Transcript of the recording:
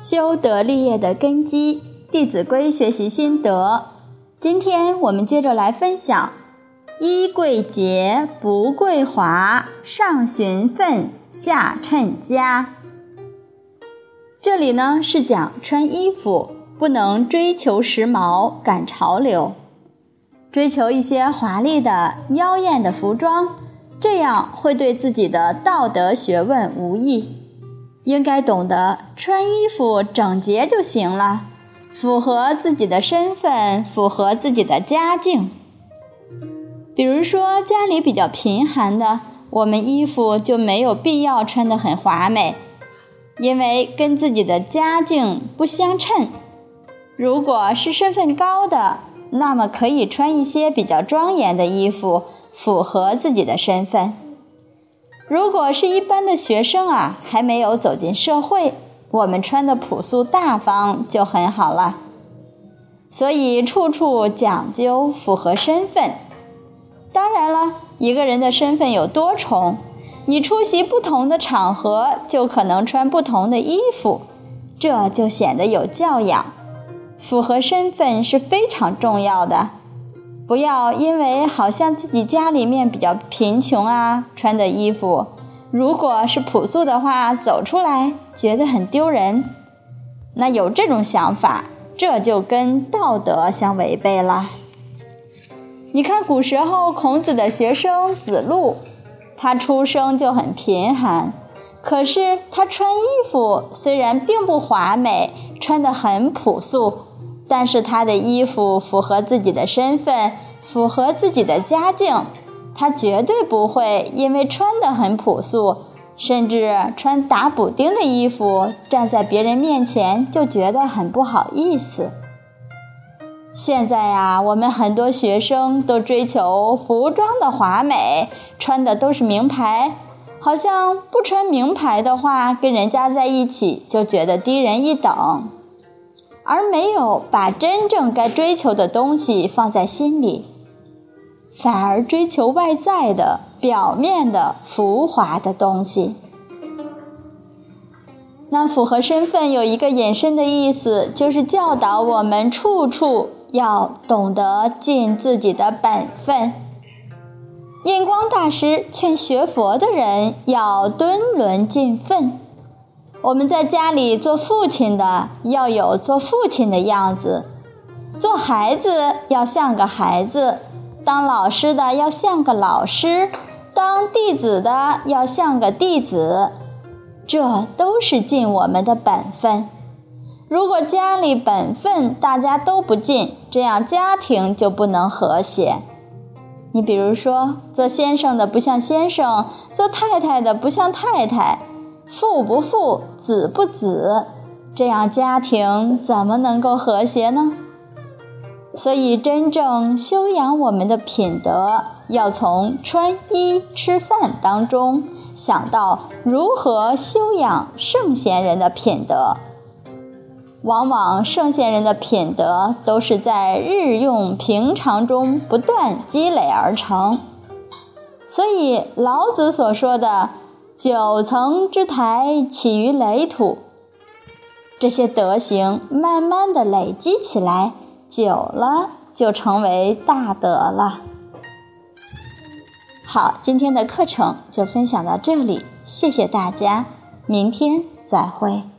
修德立业的根基，《弟子规》学习心得。今天我们接着来分享：衣贵洁，不贵华，上循分，下称家。这里呢是讲穿衣服不能追求时髦赶潮流，追求一些华丽的妖艳的服装，这样会对自己的道德学问无益。应该懂得穿衣服整洁就行了，符合自己的身份，符合自己的家境。比如说家里比较贫寒的，我们衣服就没有必要穿得很华美，因为跟自己的家境不相称。如果是身份高的，那么可以穿一些比较庄严的衣服，符合自己的身份。如果是一般的学生还没有走进社会，我们穿的朴素大方就很好了。所以处处讲究符合身份。当然了，一个人的身份有多重，你出席不同的场合就可能穿不同的衣服，这就显得有教养。符合身份是非常重要的。不要因为好像自己家里面比较贫穷穿的衣服，如果是朴素的话，走出来觉得很丢人。那有这种想法，这就跟道德相违背了。你看古时候孔子的学生子路，他出生就很贫寒，可是他穿衣服虽然并不华美，穿得很朴素，但是他的衣服符合自己的身份，符合自己的家境，他绝对不会因为穿得很朴素，甚至穿打补丁的衣服站在别人面前就觉得很不好意思。现在我们很多学生都追求服装的华美，穿的都是名牌，好像不穿名牌的话，跟人家在一起就觉得低人一等，而没有把真正该追求的东西放在心里，反而追求外在的、表面的、浮华的东西。那符合身份有一个引申的意思，就是教导我们处处要懂得尽自己的本分。印光大师劝学佛的人要敦伦尽分。我们在家里做父亲的要有做父亲的样子，做孩子要像个孩子，当老师的要像个老师，当弟子的要像个弟子，这都是尽我们的本分。如果家里本分大家都不尽，这样家庭就不能和谐。你比如说，做先生的不像先生，做太太的不像太太，父不父，子不子，这样家庭怎么能够和谐呢？所以真正修养我们的品德，要从穿衣吃饭当中想到如何修养圣贤人的品德。往往圣贤人的品德都是在日用平常中不断积累而成。所以老子所说的9层之台起于垒土，这些德行慢慢的累积起来，久了就成为大德了。好，今天的课程就分享到这里，谢谢大家，明天再会。